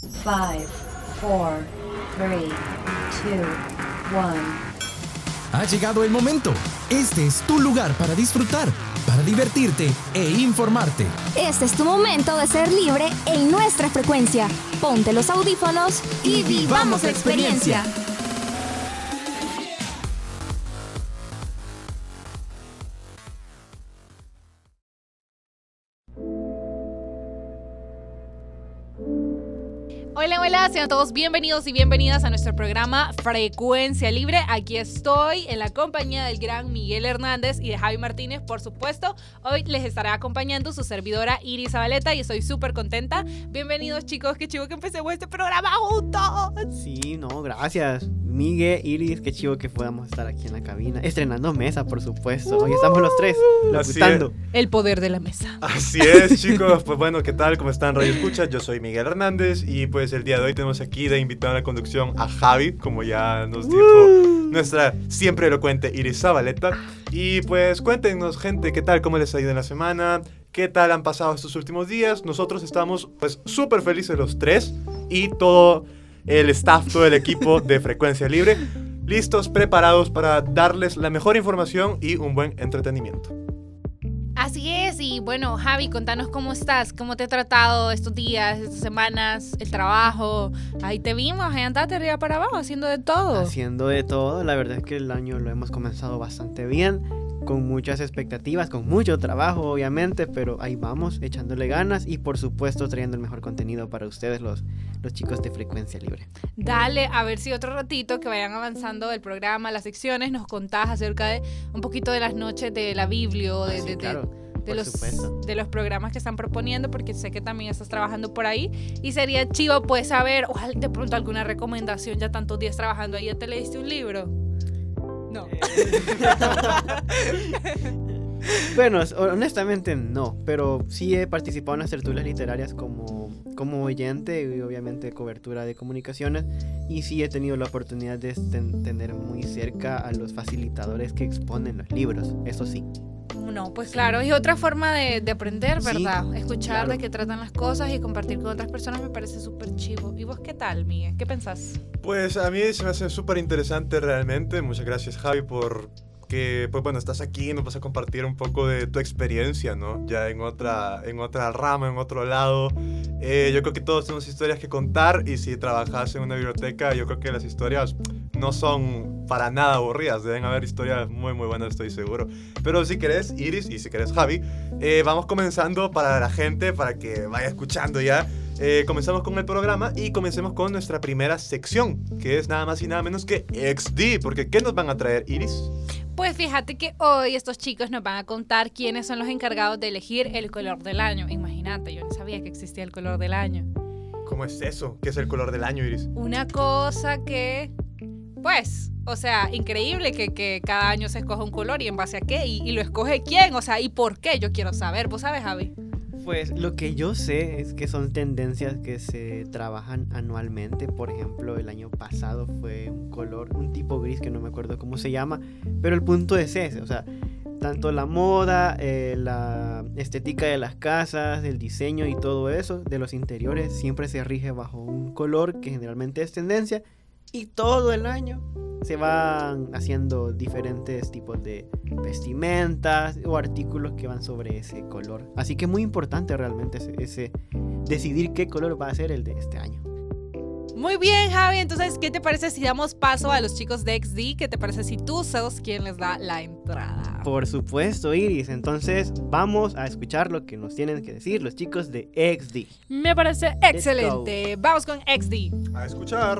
5, 4, 3, 2, 1. Ha llegado el momento. Este es tu lugar para disfrutar, para divertirte e informarte. Este es tu momento de ser libre en nuestra frecuencia. Ponte los audífonos y vivamos la experiencia. Hola, hola, sean todos bienvenidos y bienvenidas a nuestro programa Frecuencia Libre. Aquí estoy en la compañía del gran Miguel Hernández y de Javi Martínez, por supuesto. Hoy les estará acompañando su servidora Iris Zabaleta y estoy súper contenta. Bienvenidos, chicos, qué chivo que empecemos este programa juntos. Sí, no, gracias. Miguel, Iris, qué chivo que podamos estar aquí en la cabina. Estrenando mesa, por supuesto. Hoy estamos los tres, locutando. El poder de la mesa. Así es, chicos. Pues bueno, ¿qué tal? ¿Cómo están, Radio Escuchas? Yo soy Miguel Hernández y pues el día de hoy tenemos aquí de invitado a la conducción a Javi, como ya nos dijo nuestra siempre elocuente Iris Zabaleta. Y pues cuéntenos, gente, ¿qué tal? ¿Cómo les ha ido en la semana? ¿Qué tal han pasado estos últimos días? Nosotros estamos pues súper felices los tres y todo el staff, todo el equipo de Frecuencia Libre, listos, preparados para darles la mejor información y un buen entretenimiento. Así es, y bueno, Javi, contanos cómo estás, cómo te ha tratado estos días, estas semanas, el trabajo. Ahí te vimos, ahí andaste arriba para abajo, haciendo de todo. Haciendo de todo, la verdad es que el año lo hemos comenzado bastante bien, con muchas expectativas, con mucho trabajo obviamente, pero ahí vamos, echándole ganas y por supuesto trayendo el mejor contenido para ustedes los chicos de Frecuencia Libre. Dale, a ver si otro ratito que vayan avanzando el programa, las secciones, nos contás acerca de un poquito de las noches de la Biblia, de los programas que están proponiendo, porque sé que también estás trabajando por ahí y sería chivo pues saber, ojalá de pronto alguna recomendación, ya tantos días trabajando ahí, ¿ya te leíste un libro? No. Bueno, honestamente no, pero sí he participado en las tertulias literarias como oyente y obviamente cobertura de comunicaciones, y sí he tenido la oportunidad de tener muy cerca a los facilitadores que exponen los libros, eso sí. No, pues claro, es otra forma de aprender, ¿verdad? Sí, escuchar claro. De qué tratan las cosas y compartir con otras personas me parece súper chivo. ¿Y vos qué tal, Miguel? ¿Qué pensás? Pues a mí se me hace súper interesante realmente. Muchas gracias, Javi, por que pues bueno, estás aquí y nos vas a compartir un poco de tu experiencia, ¿no? Ya en otra rama, en otro lado. Yo creo que todos tenemos historias que contar y si trabajas en una biblioteca, yo creo que las historias no son para nada aburridas. Deben haber historias muy, muy buenas, estoy seguro. Pero si querés, Iris, y si querés, Javi, vamos comenzando para la gente, para que vaya escuchando ya. Comenzamos con el programa y comencemos con nuestra primera sección, que es nada más y nada menos que XD, porque ¿qué nos van a traer, Iris? Pues fíjate que hoy estos chicos nos van a contar quiénes son los encargados de elegir el color del año. Imagínate, yo no sabía que existía el color del año. ¿Cómo es eso? ¿Qué es el color del año, Iris? Una cosa que, pues, o sea, increíble que cada año se escoja un color y en base a qué y lo escoge quién, o sea, y por qué, yo quiero saber. ¿Vos sabes, Javi? Pues lo que yo sé es que son tendencias que se trabajan anualmente. Por ejemplo, el año pasado fue un color, un tipo gris que no me acuerdo cómo se llama, pero el punto es ese, o sea, tanto la moda, la estética de las casas, el diseño y todo eso de los interiores siempre se rige bajo un color que generalmente es tendencia y todo el año se van haciendo diferentes tipos de vestimentas o artículos que van sobre ese color. Así que es muy importante realmente ese decidir qué color va a ser el de este año. Muy bien, Javi. Entonces, ¿qué te parece si damos paso a los chicos de XD? ¿Qué te parece si tú sos quien les da la entrada? Por supuesto, Iris. Entonces, vamos a escuchar lo que nos tienen que decir los chicos de XD. Me parece excelente. Vamos con XD. A escuchar.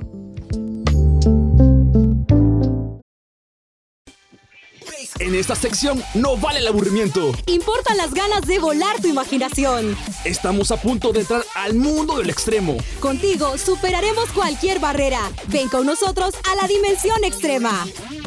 En esta sección no vale el aburrimiento. Importan las ganas de volar tu imaginación. Estamos a punto de entrar al mundo del extremo. Contigo superaremos cualquier barrera. Ven con nosotros a la dimensión extrema.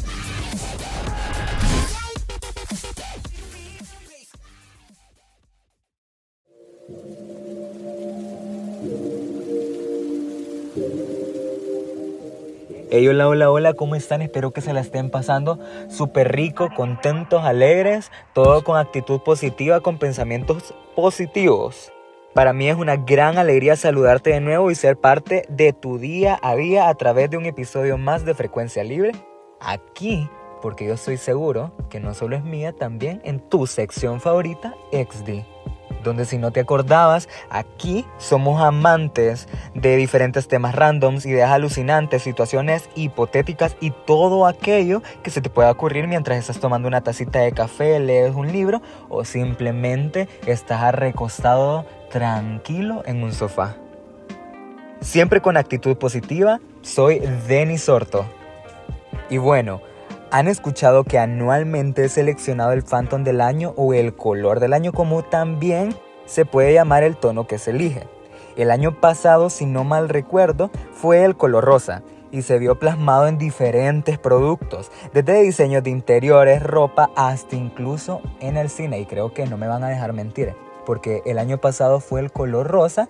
Hey, hola, hola, hola, ¿cómo están? Espero que se la estén pasando súper rico, contentos, alegres, todo con actitud positiva, con pensamientos positivos. Para mí es una gran alegría saludarte de nuevo y ser parte de tu día a día a través de un episodio más de Frecuencia Libre. Aquí, porque yo estoy seguro que no solo es mía, también en tu sección favorita, XD. Donde si no te acordabas, aquí somos amantes de diferentes temas randoms, ideas alucinantes, situaciones hipotéticas y todo aquello que se te pueda ocurrir mientras estás tomando una tacita de café, lees un libro o simplemente estás recostado tranquilo en un sofá. Siempre con actitud positiva, soy Denis Sorto. Y bueno, ¿han escuchado que anualmente es seleccionado el Phantom del año o el color del año, como también se puede llamar el tono que se elige? El año pasado, si no mal recuerdo, fue el color rosa y se vio plasmado en diferentes productos, desde diseños de interiores, ropa, hasta incluso en el cine. Y creo que no me van a dejar mentir, porque el año pasado fue el color rosa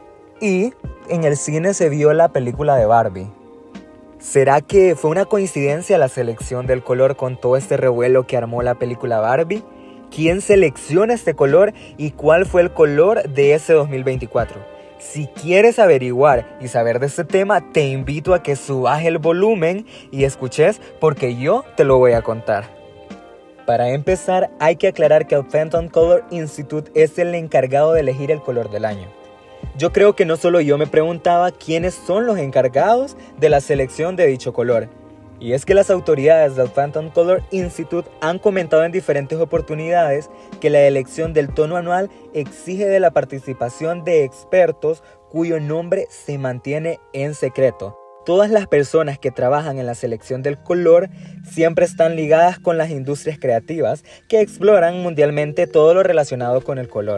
y en el cine se vio la película de Barbie. ¿Será que fue una coincidencia la selección del color con todo este revuelo que armó la película Barbie? ¿Quién selecciona este color y cuál fue el color de ese 2024? Si quieres averiguar y saber de este tema, te invito a que subas el volumen y escuches, porque yo te lo voy a contar. Para empezar, hay que aclarar que el Phantom Color Institute es el encargado de elegir el color del año. Yo creo que no solo yo me preguntaba quiénes son los encargados de la selección de dicho color. Y es que las autoridades del Phantom Color Institute han comentado en diferentes oportunidades que la elección del tono anual exige de la participación de expertos cuyo nombre se mantiene en secreto. Todas las personas que trabajan en la selección del color siempre están ligadas con las industrias creativas que exploran mundialmente todo lo relacionado con el color.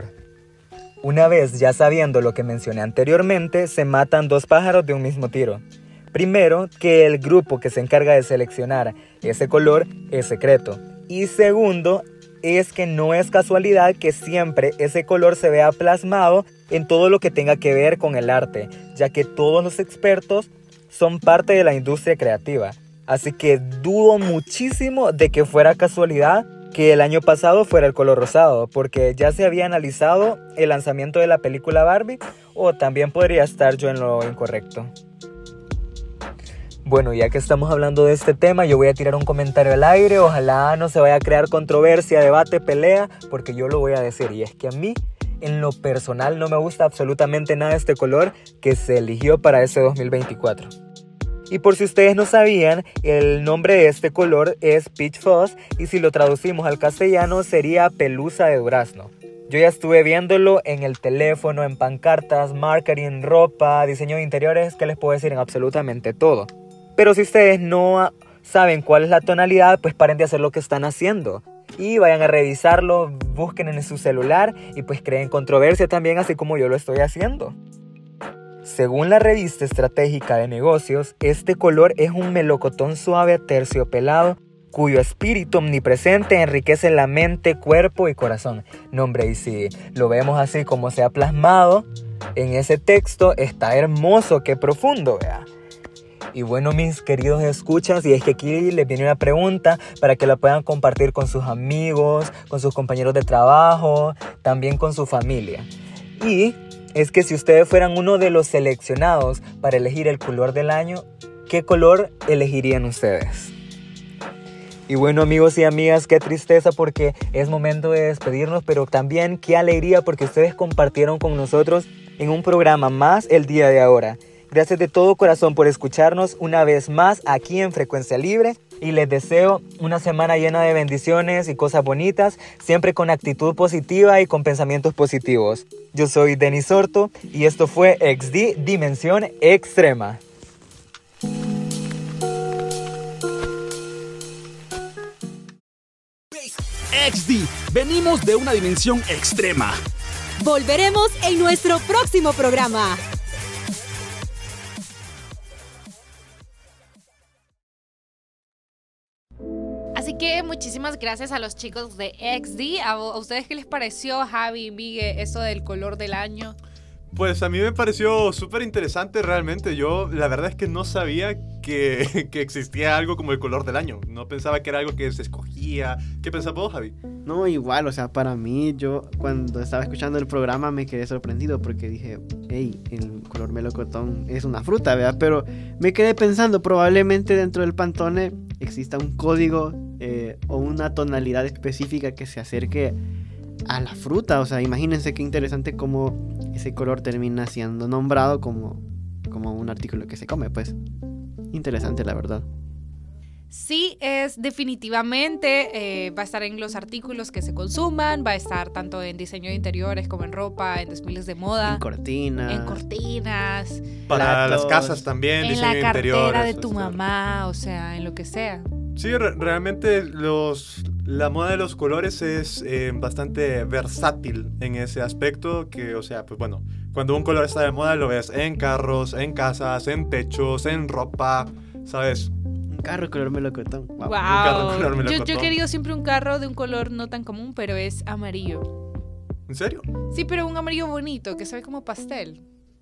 Una vez ya sabiendo lo que mencioné anteriormente, se matan dos pájaros de un mismo tiro. Primero, que el grupo que se encarga de seleccionar ese color es secreto. Y segundo, es que no es casualidad que siempre ese color se vea plasmado en todo lo que tenga que ver con el arte, ya que todos los expertos son parte de la industria creativa. Así que dudo muchísimo de que fuera casualidad que el año pasado fuera el color rosado, porque ya se había analizado el lanzamiento de la película Barbie, o también podría estar yo en lo incorrecto. Bueno, ya que estamos hablando de este tema, yo voy a tirar un comentario al aire. Ojalá no se vaya a crear controversia, debate, pelea, porque yo lo voy a decir. Y es que a mí, en lo personal, no me gusta absolutamente nada este color que se eligió para ese 2024. Y por si ustedes no sabían, el nombre de este color es Peach Fuzz y si lo traducimos al castellano sería pelusa de durazno. Yo ya estuve viéndolo en el teléfono, en pancartas, marketing, ropa, diseño de interiores, ¿qué les puedo decir? En absolutamente todo. Pero si ustedes no saben cuál es la tonalidad, pues paren de hacer lo que están haciendo. Y vayan a revisarlo, busquen en su celular y pues creen controversia también, así como yo lo estoy haciendo. Según la revista estratégica de negocios, este color es un melocotón suave terciopelado cuyo espíritu omnipresente enriquece la mente, cuerpo y corazón. No, hombre, y si lo vemos así como se ha plasmado en ese texto, está hermoso, qué profundo, vea. Y bueno, mis queridos escuchas, y es que aquí les viene una pregunta para que la puedan compartir con sus amigos, con sus compañeros de trabajo, también con su familia. Y es que si ustedes fueran uno de los seleccionados para elegir el color del año, ¿qué color elegirían ustedes? Y bueno, amigos y amigas, qué tristeza porque es momento de despedirnos, pero también qué alegría porque ustedes compartieron con nosotros en un programa más el día de ahora. Gracias de todo corazón por escucharnos una vez más aquí en Frecuencia Libre y les deseo una semana llena de bendiciones y cosas bonitas, siempre con actitud positiva y con pensamientos positivos. Yo soy Denis Sorto y esto fue XD Dimensión Extrema. XD, venimos de una dimensión extrema. Volveremos en nuestro próximo programa. Así que muchísimas gracias a los chicos de XD. ¿A ustedes qué les pareció, Javi, Migue, eso del color del año? Pues a mí me pareció súper interesante realmente. Yo la verdad es que no sabía que existía algo como el color del año. No pensaba que era algo que se escogía. ¿Qué pensabas vos, Javi? No, igual, o sea, para mí, yo cuando estaba escuchando el programa me quedé sorprendido porque dije, hey, el color melocotón es una fruta, ¿verdad? Pero me quedé pensando, probablemente dentro del Pantone exista un código o una tonalidad específica que se acerque a la fruta. O sea, imagínense qué interesante cómo ese color termina siendo nombrado como un artículo que se come, pues. Interesante, la verdad. Sí, es definitivamente, va a estar en los artículos que se consuman, va a estar tanto en diseño de interiores como en ropa, en desfiles de moda. En cortinas. Para las casas también, en diseño de la interiores. cartera de tu mamá, o sea, en lo que sea. Sí, realmente la moda de los colores es bastante versátil en ese aspecto que, o sea, pues bueno, cuando un color está de moda lo ves en carros, en casas, en techos, en ropa, ¿sabes? Un carro color melocotón. Wow. Un carro color melocotón. Yo he querido siempre un carro de un color no tan común, pero es amarillo. ¿En serio? Sí, pero un amarillo bonito, que sabe como pastel.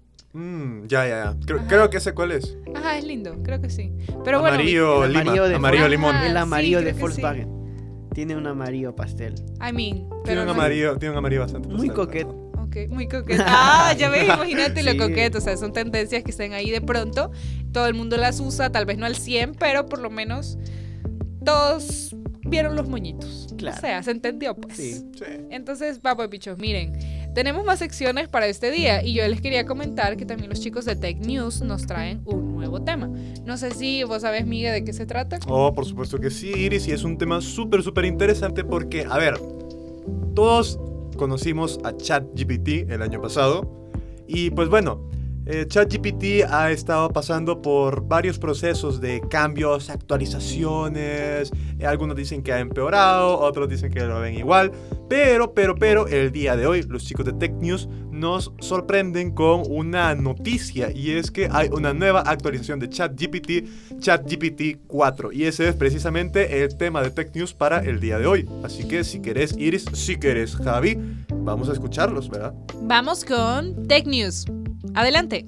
Ya. Creo que sé cuál es. Ajá, es lindo, creo que sí. Pero amarillo bueno, amarillo limón. El amarillo sí, de creo que Volkswagen. Tiene un amarillo pastel. Tiene un amarillo bastante pastel. Muy coqueto. Ok, muy coqueto. Ya ves, imagínate lo coqueto. O sea, son tendencias que están ahí de pronto. Todo el mundo las usa, tal vez no al 100, pero por lo menos todos vieron los moñitos. Claro. O sea, se entendió, pues. Sí. Entonces, pues, bichos, miren. Tenemos más secciones para este día y yo les quería comentar que también los chicos de Tech News nos traen un nuevo tema. No sé si vos sabés, Miguel, de qué se trata. Oh, por supuesto que sí, Iris, y es un tema súper interesante porque, a ver, todos conocimos a ChatGPT el año pasado y pues bueno, ChatGPT ha estado pasando por varios procesos de cambios, actualizaciones. Algunos dicen que ha empeorado, otros dicen que lo ven igual. Pero el día de hoy los chicos de Tech News nos sorprenden con una noticia, y es que hay una nueva actualización de ChatGPT 4, y ese es precisamente el tema de Tech News para el día de hoy. Así que si querés, Iris, si querés, Javi, vamos a escucharlos, ¿verdad? Vamos con Tech News. Adelante.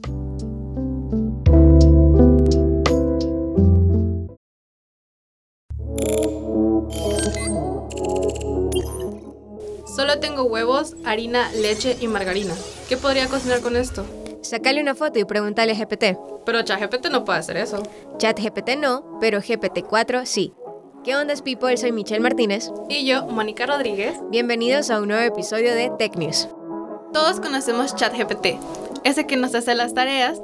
Solo tengo huevos, harina, leche y margarina. ¿Qué podría cocinar con esto? Sácale una foto y pregúntale a GPT. Pero ChatGPT no puede hacer eso. ChatGPT no, pero GPT-4 sí. ¿Qué ondas, people? Soy Michelle Martínez. Y yo, Mónica Rodríguez. Bienvenidos a un nuevo episodio de Tech News. Todos conocemos ChatGPT, ese que nos hace las tareas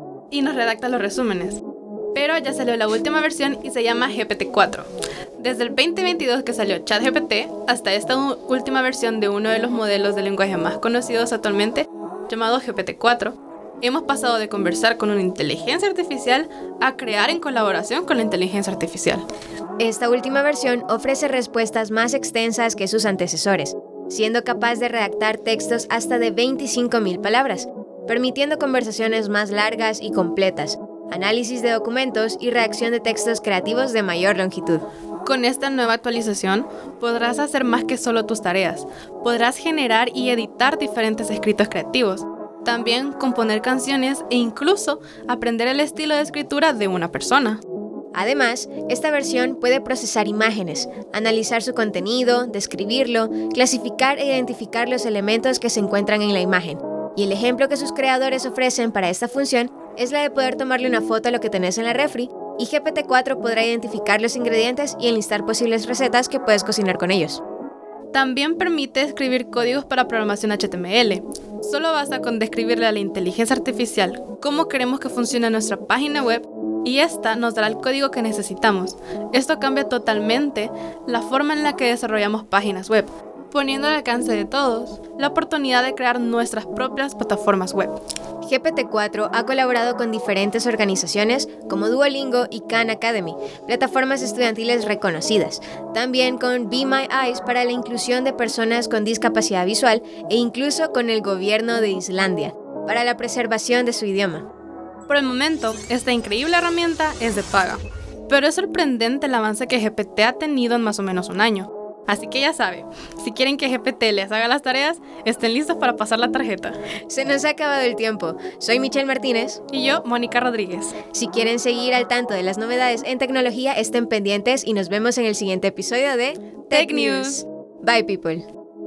y nos redacta los resúmenes. Pero ya salió la última versión y se llama GPT-4. Desde el 2022 que salió ChatGPT hasta esta última versión de uno de los modelos de lenguaje más conocidos actualmente, llamado GPT-4, hemos pasado de conversar con una inteligencia artificial a crear en colaboración con la inteligencia artificial. Esta última versión ofrece respuestas más extensas que sus antecesores, siendo capaz de redactar textos hasta de 25,000 palabras, permitiendo conversaciones más largas y completas, análisis de documentos y redacción de textos creativos de mayor longitud. Con esta nueva actualización podrás hacer más que solo tus tareas. Podrás generar y editar diferentes escritos creativos, también componer canciones e incluso aprender el estilo de escritura de una persona. Además, esta versión puede procesar imágenes, analizar su contenido, describirlo, clasificar e identificar los elementos que se encuentran en la imagen. Y el ejemplo que sus creadores ofrecen para esta función es la de poder tomarle una foto a lo que tenés en la refri, y GPT-4 podrá identificar los ingredientes y enlistar posibles recetas que puedes cocinar con ellos. También permite escribir códigos para programación HTML. Solo basta con describirle a la inteligencia artificial cómo queremos que funcione nuestra página web y esta nos dará el código que necesitamos. Esto cambia totalmente la forma en la que desarrollamos páginas web, poniendo al alcance de todos la oportunidad de crear nuestras propias plataformas web. GPT-4 ha colaborado con diferentes organizaciones como Duolingo y Khan Academy, plataformas estudiantiles reconocidas, también con Be My Eyes para la inclusión de personas con discapacidad visual e incluso con el gobierno de Islandia para la preservación de su idioma. Por el momento, esta increíble herramienta es de paga, pero es sorprendente el avance que GPT ha tenido en más o menos un año. Así que ya saben, si quieren que GPT les haga las tareas, estén listos para pasar la tarjeta. Se nos ha acabado el tiempo. Soy Michelle Martínez. Y yo, Mónica Rodríguez. Si quieren seguir al tanto de las novedades en tecnología, estén pendientes y nos vemos en el siguiente episodio de Tech News. Bye, people.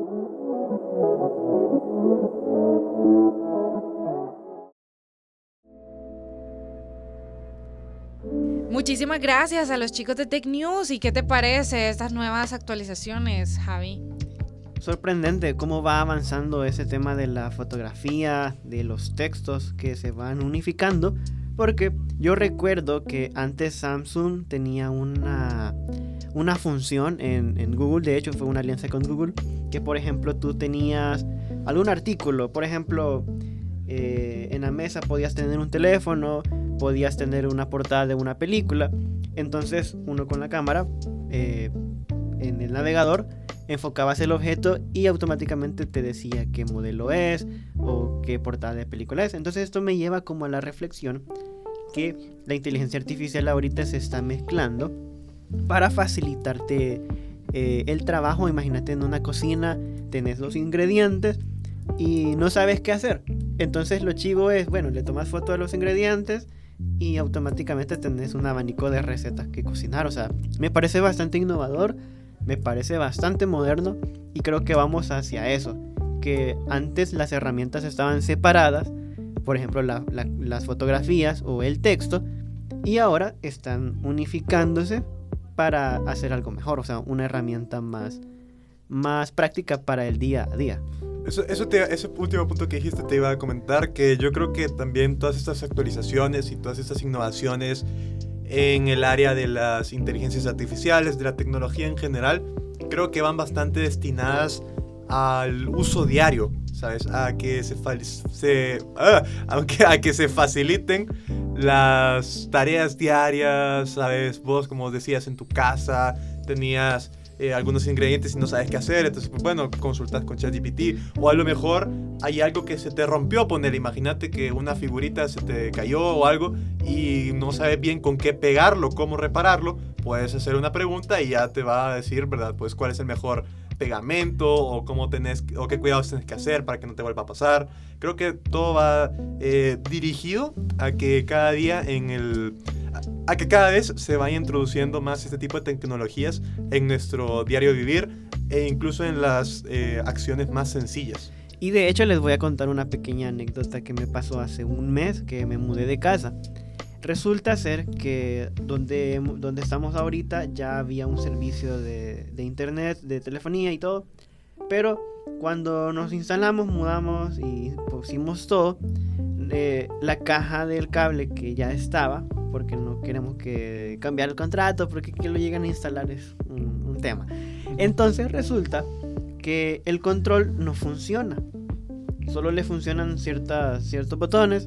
Muchísimas gracias a los chicos de Tech News. ¿Y qué te parece estas nuevas actualizaciones, Javi? Sorprendente cómo va avanzando ese tema de la fotografía, de los textos que se van unificando, porque yo recuerdo que antes Samsung tenía una función en Google, de hecho fue una alianza con Google, que por ejemplo tú tenías algún artículo, por ejemplo en la mesa podías tener un teléfono, podías tener una portada de una película, entonces uno con la cámara en el navegador enfocabas el objeto y automáticamente te decía qué modelo es o qué portada de película es. Entonces esto me lleva como a la reflexión que la inteligencia artificial ahorita se está mezclando para facilitarte el trabajo. Imagínate en una cocina, tenés los ingredientes y no sabes qué hacer. Entonces lo chivo es, bueno, le tomas foto de los ingredientes y automáticamente tenés un abanico de recetas que cocinar. O sea, me parece bastante innovador, me parece bastante moderno y creo que vamos hacia eso. Que antes las herramientas estaban separadas, por ejemplo las fotografías o el texto, y ahora están unificándose para hacer algo mejor. O sea, una herramienta más práctica para el día a día. Ese último punto que dijiste te iba a comentar, que yo creo que también todas estas actualizaciones y todas estas innovaciones en el área de las inteligencias artificiales, de la tecnología en general, creo que van bastante destinadas al uso diario, ¿sabes? A que se faciliten las tareas diarias, ¿sabes? Vos, como decías, en tu casa tenías algunos ingredientes y no sabes qué hacer, entonces pues, bueno, consultas con ChatGPT, o a lo mejor hay algo que se te rompió, imagínate que una figurita se te cayó o algo y no sabes bien con qué pegarlo, cómo repararlo, puedes hacer una pregunta y ya te va a decir, ¿verdad? Pues cuál es el mejor pegamento o o qué cuidados tienes que hacer para que no te vuelva a pasar. Creo que todo va dirigido a que cada día a que cada vez se vaya introduciendo más este tipo de tecnologías en nuestro diario vivir e incluso en las acciones más sencillas. Y de hecho les voy a contar una pequeña anécdota que me pasó hace un mes que me mudé de casa. Resulta ser que donde estamos ahorita ya había un servicio de internet, de telefonía y todo, pero cuando nos instalamos, mudamos y pusimos todo, la caja del cable que ya estaba, porque no queremos que cambiar el contrato, porque que lo llegan a instalar es un tema. Entonces resulta que el control no funciona, solo le funcionan ciertos botones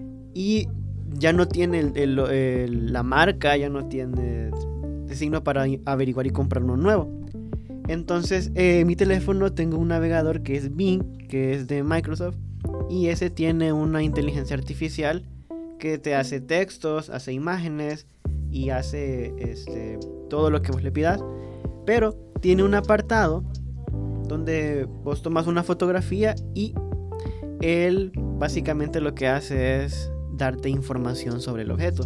y ya no tiene la marca, ya no tiene el signo para averiguar y comprar uno nuevo. Entonces mi teléfono, tengo un navegador que es Bing, que es de Microsoft, y ese tiene una inteligencia artificial que te hace textos, hace imágenes y hace todo lo que vos le pidas, pero tiene un apartado donde vos tomas una fotografía y él básicamente lo que hace es darte información sobre el objeto.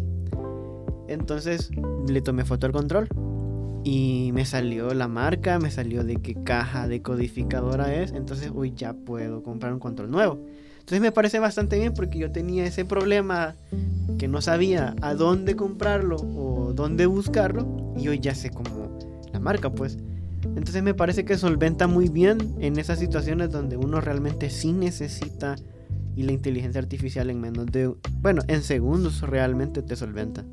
Entonces le tomé foto al control y me salió la marca, me salió de qué caja decodificadora es. Entonces ya puedo comprar un control nuevo. Entonces me parece bastante bien, porque yo tenía ese problema que no sabía a dónde comprarlo o dónde buscarlo, y hoy ya sé como la marca, pues. Entonces me parece que solventa muy bien en esas situaciones donde uno realmente sí necesita, y la inteligencia artificial en segundos realmente te solventa.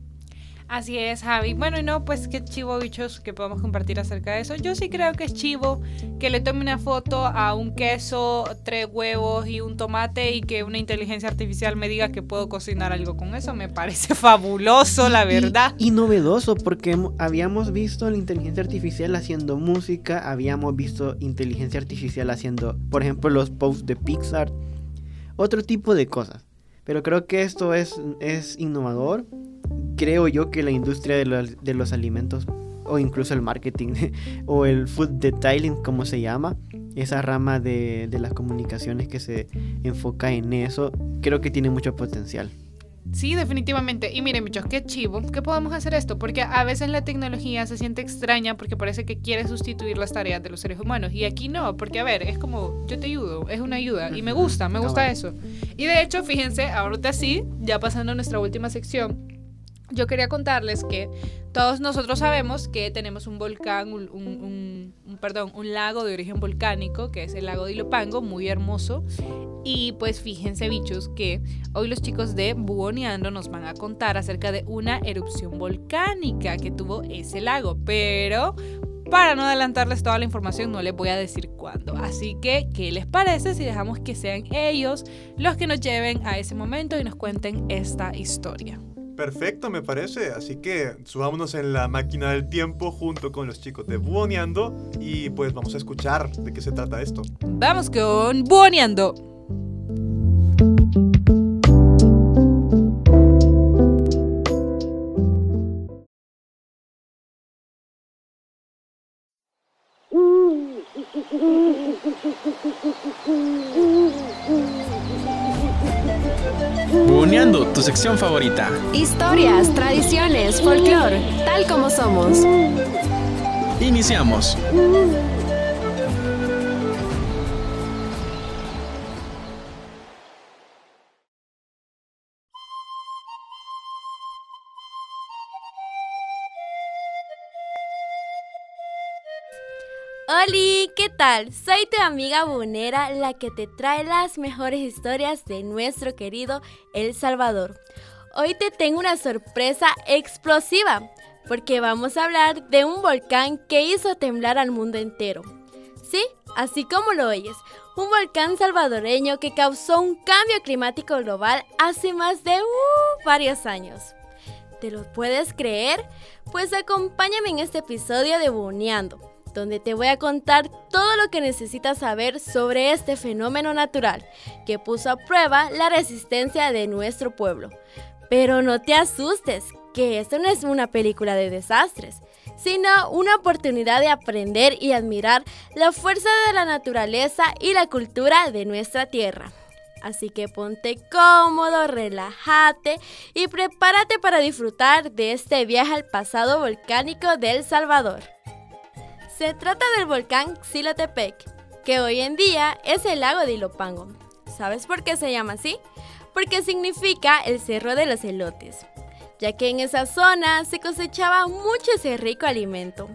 Así es, Javi. Bueno, y no, pues qué chivo, bichos, que podemos compartir acerca de eso. Yo sí creo que es chivo que le tome una foto a un queso, 3 huevos y un tomate, y que una inteligencia artificial me diga que puedo cocinar algo con eso. Me parece fabuloso, la verdad. Y novedoso, porque habíamos visto la inteligencia artificial haciendo música, habíamos visto inteligencia artificial haciendo, por ejemplo, los posts de Pixar, otro tipo de cosas. Pero creo que esto es innovador. Creo yo que la industria de los alimentos o incluso el marketing o el food detailing, como se llama, esa rama de las comunicaciones que se enfoca en eso, creo que tiene mucho potencial. Sí, definitivamente. Y miren, bichos, qué chivo que podamos hacer esto, porque a veces la tecnología se siente extraña porque parece que quiere sustituir las tareas de los seres humanos. Y aquí no, porque a ver, es como, yo te ayudo, es una ayuda. Y me gusta eso. Y de hecho, fíjense, ahorita sí, ya pasando a nuestra última sección, yo quería contarles que todos nosotros sabemos que tenemos un volcán, un lago de origen volcánico, que es el lago de Ilopango, muy hermoso. Y pues fíjense, bichos, que hoy los chicos de Buhoneando nos van a contar acerca de una erupción volcánica que tuvo ese lago. Pero para no adelantarles toda la información, no les voy a decir cuándo. Así que, ¿qué les parece si dejamos que sean ellos los que nos lleven a ese momento y nos cuenten esta historia? Perfecto, me parece. Así que subámonos en la máquina del tiempo junto con los chicos de Buhoneando y pues vamos a escuchar de qué se trata esto. Vamos con Buhoneando. Buhoneando, tu sección favorita. Historias, tradiciones, folclore, tal como somos. Iniciamos. ¡Holi! ¿Qué tal? Soy tu amiga Bunera, la que te trae las mejores historias de nuestro querido El Salvador. Hoy te tengo una sorpresa explosiva, porque vamos a hablar de un volcán que hizo temblar al mundo entero. Sí, así como lo oyes, un volcán salvadoreño que causó un cambio climático global hace más de varios años. ¿Te lo puedes creer? Pues acompáñame en este episodio de Buhoneando, donde te voy a contar todo lo que necesitas saber sobre este fenómeno natural que puso a prueba la resistencia de nuestro pueblo. Pero no te asustes, que esto no es una película de desastres, sino una oportunidad de aprender y admirar la fuerza de la naturaleza y la cultura de nuestra tierra. Así que ponte cómodo, relájate y prepárate para disfrutar de este viaje al pasado volcánico de El Salvador. Se trata del volcán Xilotepec, que hoy en día es el lago de Ilopango. ¿Sabes por qué se llama así? Porque significa el cerro de los elotes, ya que en esa zona se cosechaba mucho ese rico alimento.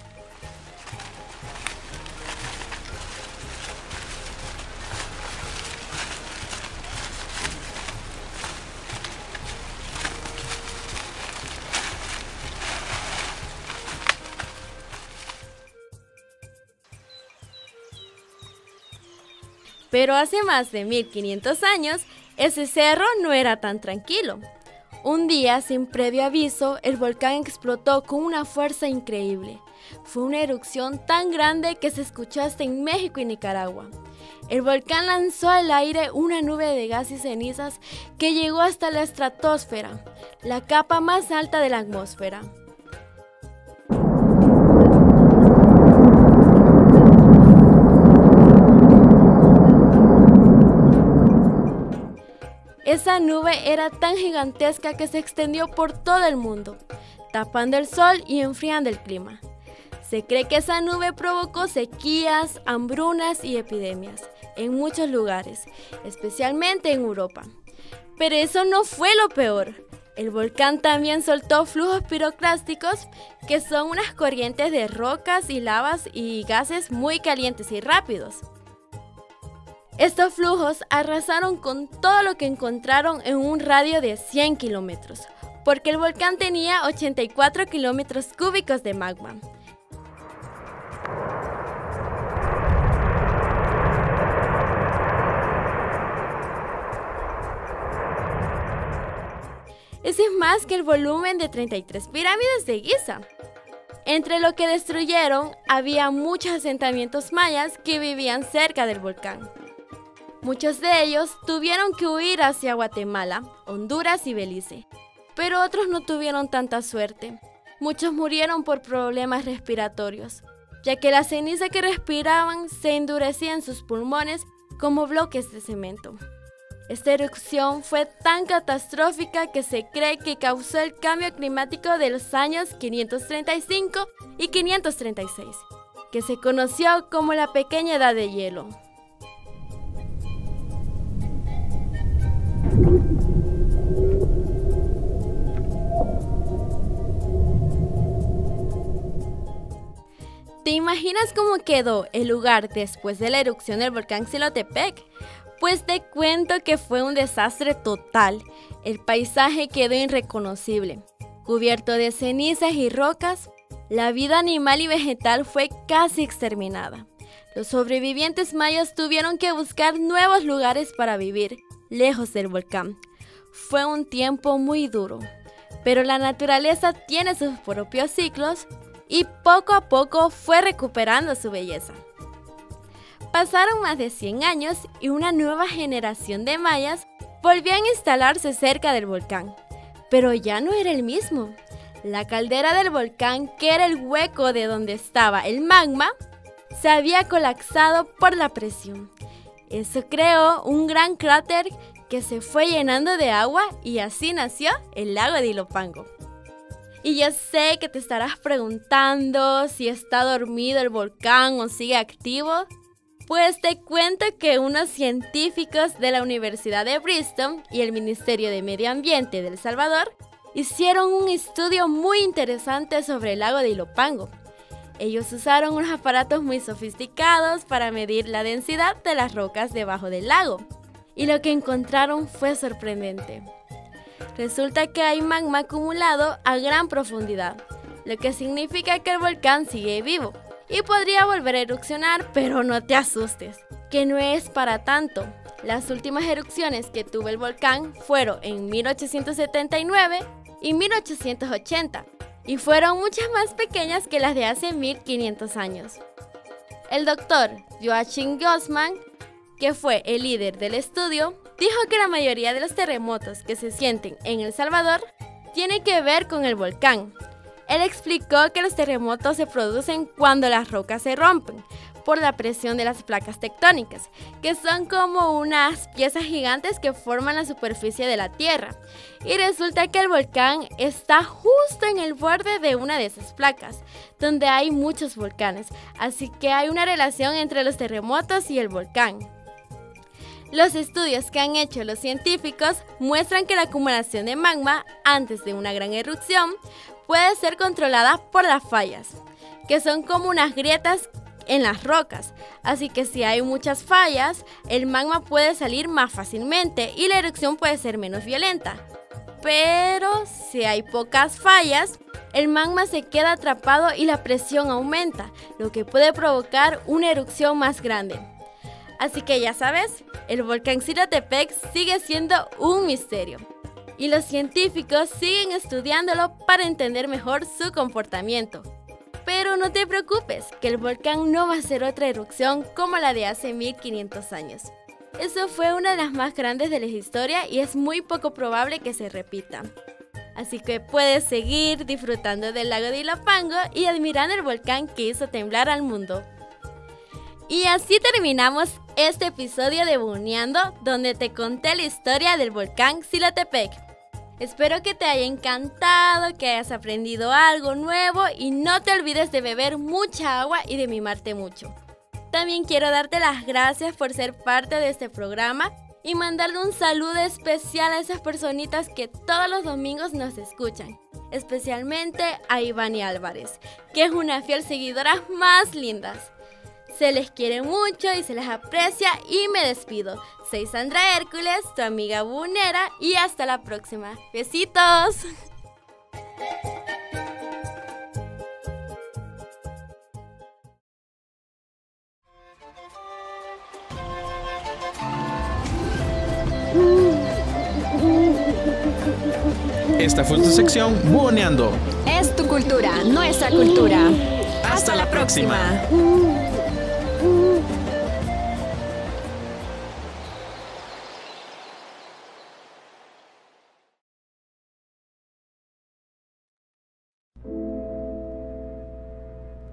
Pero hace más de 1500 años, ese cerro no era tan tranquilo. Un día, sin previo aviso, el volcán explotó con una fuerza increíble. Fue una erupción tan grande que se escuchó hasta en México y Nicaragua. El volcán lanzó al aire una nube de gas y cenizas que llegó hasta la estratosfera, la capa más alta de la atmósfera. Esa nube era tan gigantesca que se extendió por todo el mundo, tapando el sol y enfriando el clima. Se cree que esa nube provocó sequías, hambrunas y epidemias en muchos lugares, especialmente en Europa. Pero eso no fue lo peor. El volcán también soltó flujos piroclásticos, que son unas corrientes de rocas y lavas y gases muy calientes y rápidos. Estos flujos arrasaron con todo lo que encontraron en un radio de 100 kilómetros, porque el volcán tenía 84 kilómetros cúbicos de magma. Ese es más que el volumen de 33 pirámides de Giza. Entre lo que destruyeron, había muchos asentamientos mayas que vivían cerca del volcán. Muchos de ellos tuvieron que huir hacia Guatemala, Honduras y Belice, pero otros no tuvieron tanta suerte. muchos murieron por problemas respiratorios, ya que la ceniza que respiraban se endurecía en sus pulmones como bloques de cemento. Esta erupción fue tan catastrófica que se cree que causó el cambio climático de los años 535 y 536, que se conoció como la Pequeña Edad de Hielo. ¿Te imaginas cómo quedó el lugar después de la erupción del volcán Xilotepec? Pues te cuento que fue un desastre total. El paisaje quedó irreconocible, cubierto de cenizas y rocas. La vida animal y vegetal fue casi exterminada. Los sobrevivientes mayas tuvieron que buscar nuevos lugares para vivir, lejos del volcán. Fue un tiempo muy duro, pero la naturaleza tiene sus propios ciclos y poco a poco fue recuperando su belleza. Pasaron más de 100 años y una nueva generación de mayas volvió a instalarse cerca del volcán, pero ya no era el mismo. La caldera del volcán, que era el hueco de donde estaba el magma, se había colapsado por la presión. Eso creó un gran cráter que se fue llenando de agua y así nació el lago de Ilopango. Y yo sé que te estarás preguntando si está dormido el volcán o sigue activo. Pues te cuento que unos científicos de la Universidad de Bristol y el Ministerio de Medio Ambiente de El Salvador hicieron un estudio muy interesante sobre el lago de Ilopango. Ellos usaron unos aparatos muy sofisticados para medir la densidad de las rocas debajo del lago. Y lo que encontraron fue sorprendente. Resulta que hay magma acumulado a gran profundidad, lo que significa que el volcán sigue vivo. Y podría volver a erupcionar, pero no te asustes, que no es para tanto. Las últimas erupciones que tuvo el volcán fueron en 1879 y 1880, y fueron muchas más pequeñas que las de hace 1500 años. El doctor Joachim Grossman, que fue el líder del estudio, dijo que la mayoría de los terremotos que se sienten en El Salvador tiene que ver con el volcán. Él explicó que los terremotos se producen cuando las rocas se rompen por la presión de las placas tectónicas, que son como unas piezas gigantes que forman la superficie de la Tierra. Y resulta que el volcán está justo en el borde de una de esas placas, donde hay muchos volcanes, así que hay una relación entre los terremotos y el volcán. Los estudios que han hecho los científicos muestran que la acumulación de magma antes de una gran erupción puede ser controlada por las fallas, que son como unas grietas en las rocas. Así que si hay muchas fallas, el magma puede salir más fácilmente y la erupción puede ser menos violenta. Pero si hay pocas fallas, el magma se queda atrapado y la presión aumenta, lo que puede provocar una erupción más grande. Así que ya sabes, el volcán Xilotepec sigue siendo un misterio. Y los científicos siguen estudiándolo para entender mejor su comportamiento. Pero no te preocupes, que el volcán no va a ser otra erupción como la de hace 1500 años. Eso fue una de las más grandes de la historia y es muy poco probable que se repita. Así que puedes seguir disfrutando del lago de Ilopango y admirando el volcán que hizo temblar al mundo. Y así terminamos este episodio de Buneando, donde te conté la historia del volcán Xilotepec. Espero que te haya encantado, que hayas aprendido algo nuevo y no te olvides de beber mucha agua y de mimarte mucho. También quiero darte las gracias por ser parte de este programa y mandarle un saludo especial a esas personitas que todos los domingos nos escuchan, especialmente a Ivani Álvarez, que es una fiel seguidora más lindas. Se les quiere mucho y se les aprecia y me despido. Soy Sandra Hércules, tu amiga bunera, y hasta la próxima. ¡Besitos! Esta fue tu sección Buneando. Es tu cultura, nuestra cultura. Hasta la próxima.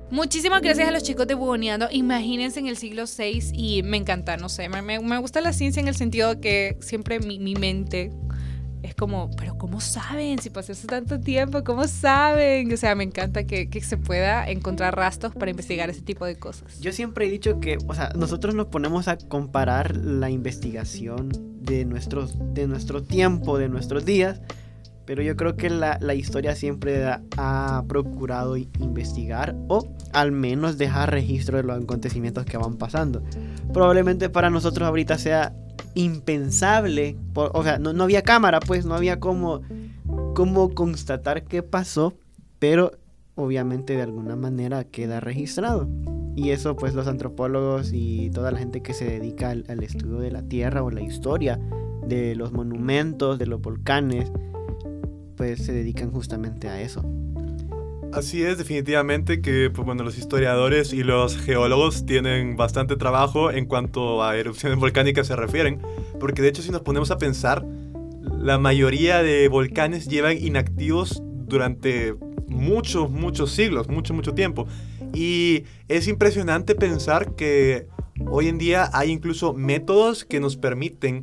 Muchísimas gracias a los chicos de Bugoneando. Imagínense en el siglo VI y me encanta, no sé, me gusta la ciencia en el sentido que siempre mi mente es como, pero ¿cómo saben? Si pasó hace tanto tiempo, ¿cómo saben? O sea, me encanta que se pueda encontrar rastros para investigar ese tipo de cosas. Yo siempre he dicho que, o sea, nosotros nos ponemos a comparar la investigación de nuestro tiempo, de nuestros días, pero yo creo que la historia siempre ha procurado investigar o al menos dejar registro de los acontecimientos que van pasando. Probablemente para nosotros ahorita sea impensable, o sea, no había cámara, pues no había cómo constatar qué pasó, pero obviamente de alguna manera queda registrado. Y eso pues los antropólogos y toda la gente que se dedica al estudio de la Tierra o la historia de los monumentos, de los volcanes, pues se dedican justamente a eso. Así es, definitivamente que pues, bueno, los historiadores y los geólogos tienen bastante trabajo en cuanto a erupciones volcánicas se refieren, porque de hecho si nos ponemos a pensar, la mayoría de volcanes llevan inactivos durante muchos siglos, mucho tiempo, y es impresionante pensar que hoy en día hay incluso métodos que nos permiten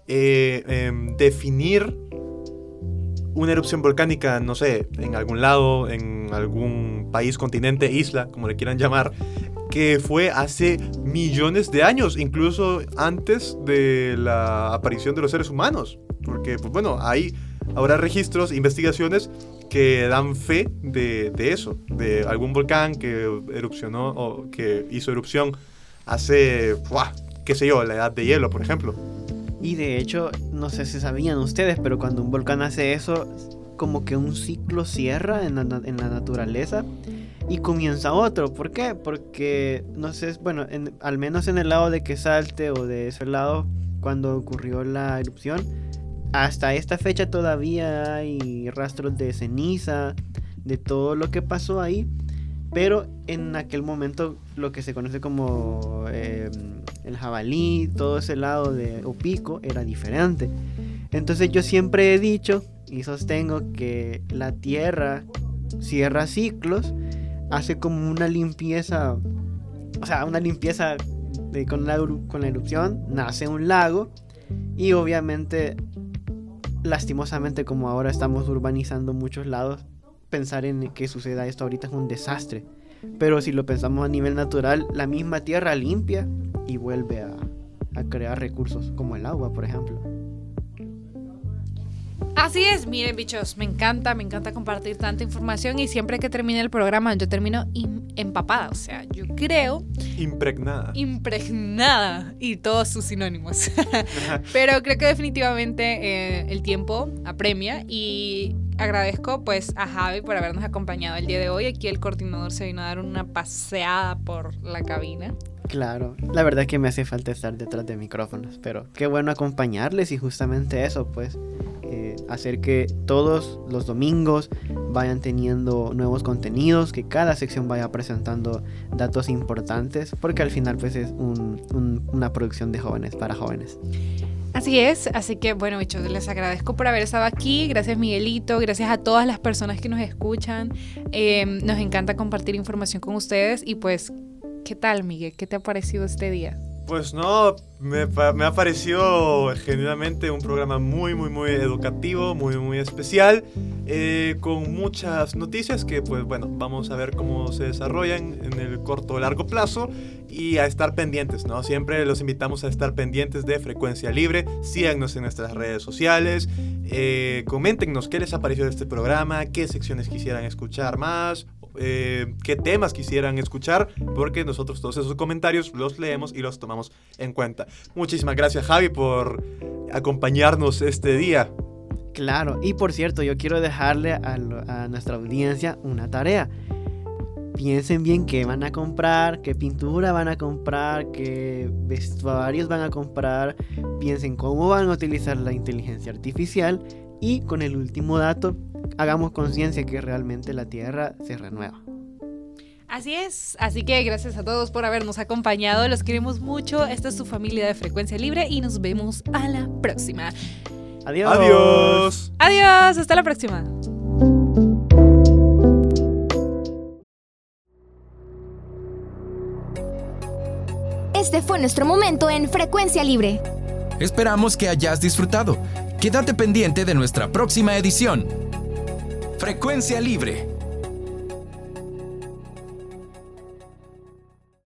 definir una erupción volcánica, no sé, en algún lado, en algún país, continente, isla, como le quieran llamar, que fue hace millones de años, incluso antes de la aparición de los seres humanos. Porque, pues bueno, hay ahora registros, investigaciones que dan fe de eso, de algún volcán que erupcionó o que hizo erupción hace, qué sé yo, la edad de hielo, por ejemplo. Y de hecho, no sé si sabían ustedes, pero cuando un volcán hace eso, como que un ciclo cierra en la naturaleza y comienza otro. ¿Por qué? Porque, no sé, bueno, al menos en el lado de Quesalte o de ese lado, cuando ocurrió la erupción, hasta esta fecha todavía hay rastros de ceniza, de todo lo que pasó ahí. Pero en aquel momento lo que se conoce como el jabalí, todo ese lado de Opico era diferente. Entonces yo siempre he dicho y sostengo que la Tierra cierra ciclos, hace como una limpieza, o sea, una limpieza con la erupción, nace un lago y obviamente, lastimosamente como ahora estamos urbanizando muchos lados, pensar en que suceda esto ahorita es un desastre, pero si lo pensamos a nivel natural, la misma tierra limpia y vuelve a crear recursos como el agua, por ejemplo. Así es, miren bichos, me encanta compartir tanta información y siempre que termine el programa yo termino empapada, o sea, yo creo... Impregnada y todos sus sinónimos. Pero creo que definitivamente el tiempo apremia y agradezco pues a Javi por habernos acompañado el día de hoy. Aquí el coordinador se vino a dar una paseada por la cabina. Claro, la verdad es que me hace falta estar detrás de micrófonos, pero qué bueno acompañarles y justamente eso, pues, hacer que todos los domingos vayan teniendo nuevos contenidos, que cada sección vaya presentando datos importantes, porque al final pues es una producción de jóvenes para jóvenes. Así es, así que bueno bichos, les agradezco por haber estado aquí, gracias Miguelito, gracias a todas las personas que nos escuchan, nos encanta compartir información con ustedes y pues, ¿qué tal Miguel? ¿Qué te ha parecido este día? Pues no, me ha parecido genuinamente un programa muy educativo, muy especial, con muchas noticias que pues bueno, vamos a ver cómo se desarrollan en el corto o largo plazo y a estar pendientes, ¿no? Siempre los invitamos a estar pendientes de Frecuencia Libre, síganos en nuestras redes sociales, coméntenos qué les ha parecido este programa, qué secciones quisieran escuchar más, qué temas quisieran escuchar, porque nosotros todos esos comentarios los leemos y los tomamos en cuenta. Muchísimas gracias Javi por acompañarnos este día. Claro, y por cierto, yo quiero dejarle a nuestra audiencia una tarea. Piensen bien qué van a comprar, qué pintura van a comprar, qué vestuarios van a comprar, piensen cómo van a utilizar la inteligencia artificial y con el último dato, hagamos conciencia que realmente la Tierra se renueva. Así es, así que gracias a todos por habernos acompañado, los queremos mucho, esta es su familia de Frecuencia Libre y nos vemos a la próxima. Adiós. Adiós. Adiós, hasta la próxima. este fue nuestro momento en Frecuencia Libre. Esperamos que hayas disfrutado. Quédate pendiente de nuestra próxima edición. Frecuencia Libre.